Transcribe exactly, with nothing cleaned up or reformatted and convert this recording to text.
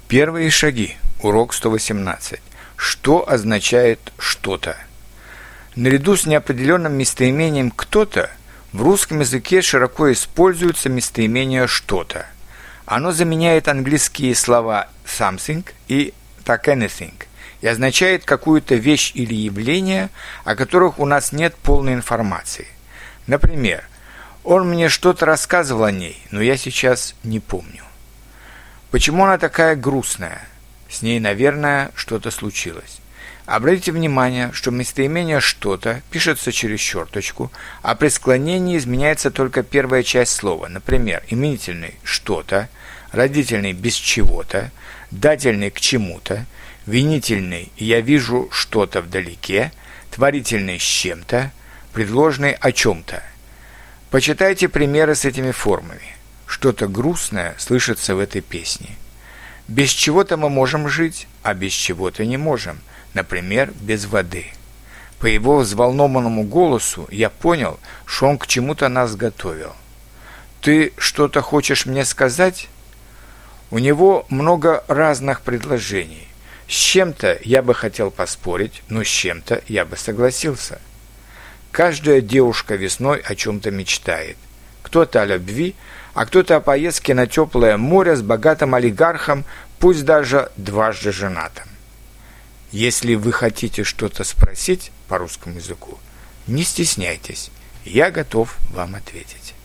Первые шаги. Урок сто восемнадцать. Что означает «что-то»? Наряду с неопределенным местоимением «кто-то» в русском языке широко используется местоимение «что-то». Оно заменяет английские слова «something» и «так anything» и означает какую-то вещь или явление, о которых у нас нет полной информации. Например, «Он мне что-то рассказывал о ней, но я сейчас не помню». Почему она такая грустная? С ней, наверное, что-то случилось. Обратите внимание, что местоимение «что-то» пишется через черточку, а при склонении изменяется только первая часть слова. Например, именительный «что-то», родительный «без чего-то», дательный «к чему-то», винительный «я вижу что-то вдалеке», творительный «с чем-то», предложный «о чем-то». Почитайте примеры с этими формами. Что-то грустное слышится в этой песне. Без чего-то мы можем жить, а без чего-то не можем. Например, без воды. По его взволнованному голосу я понял, что он к чему-то нас готовил. «Ты что-то хочешь мне сказать?» У него много разных предложений. С чем-то я бы хотел поспорить, но с чем-то я бы согласился. Каждая девушка весной о чем-то мечтает. Кто-то о любви, а кто-то о поездке на теплое море с богатым олигархом, пусть даже дважды женатым. Если вы хотите что-то спросить по русскому языку, не стесняйтесь, я готов вам ответить.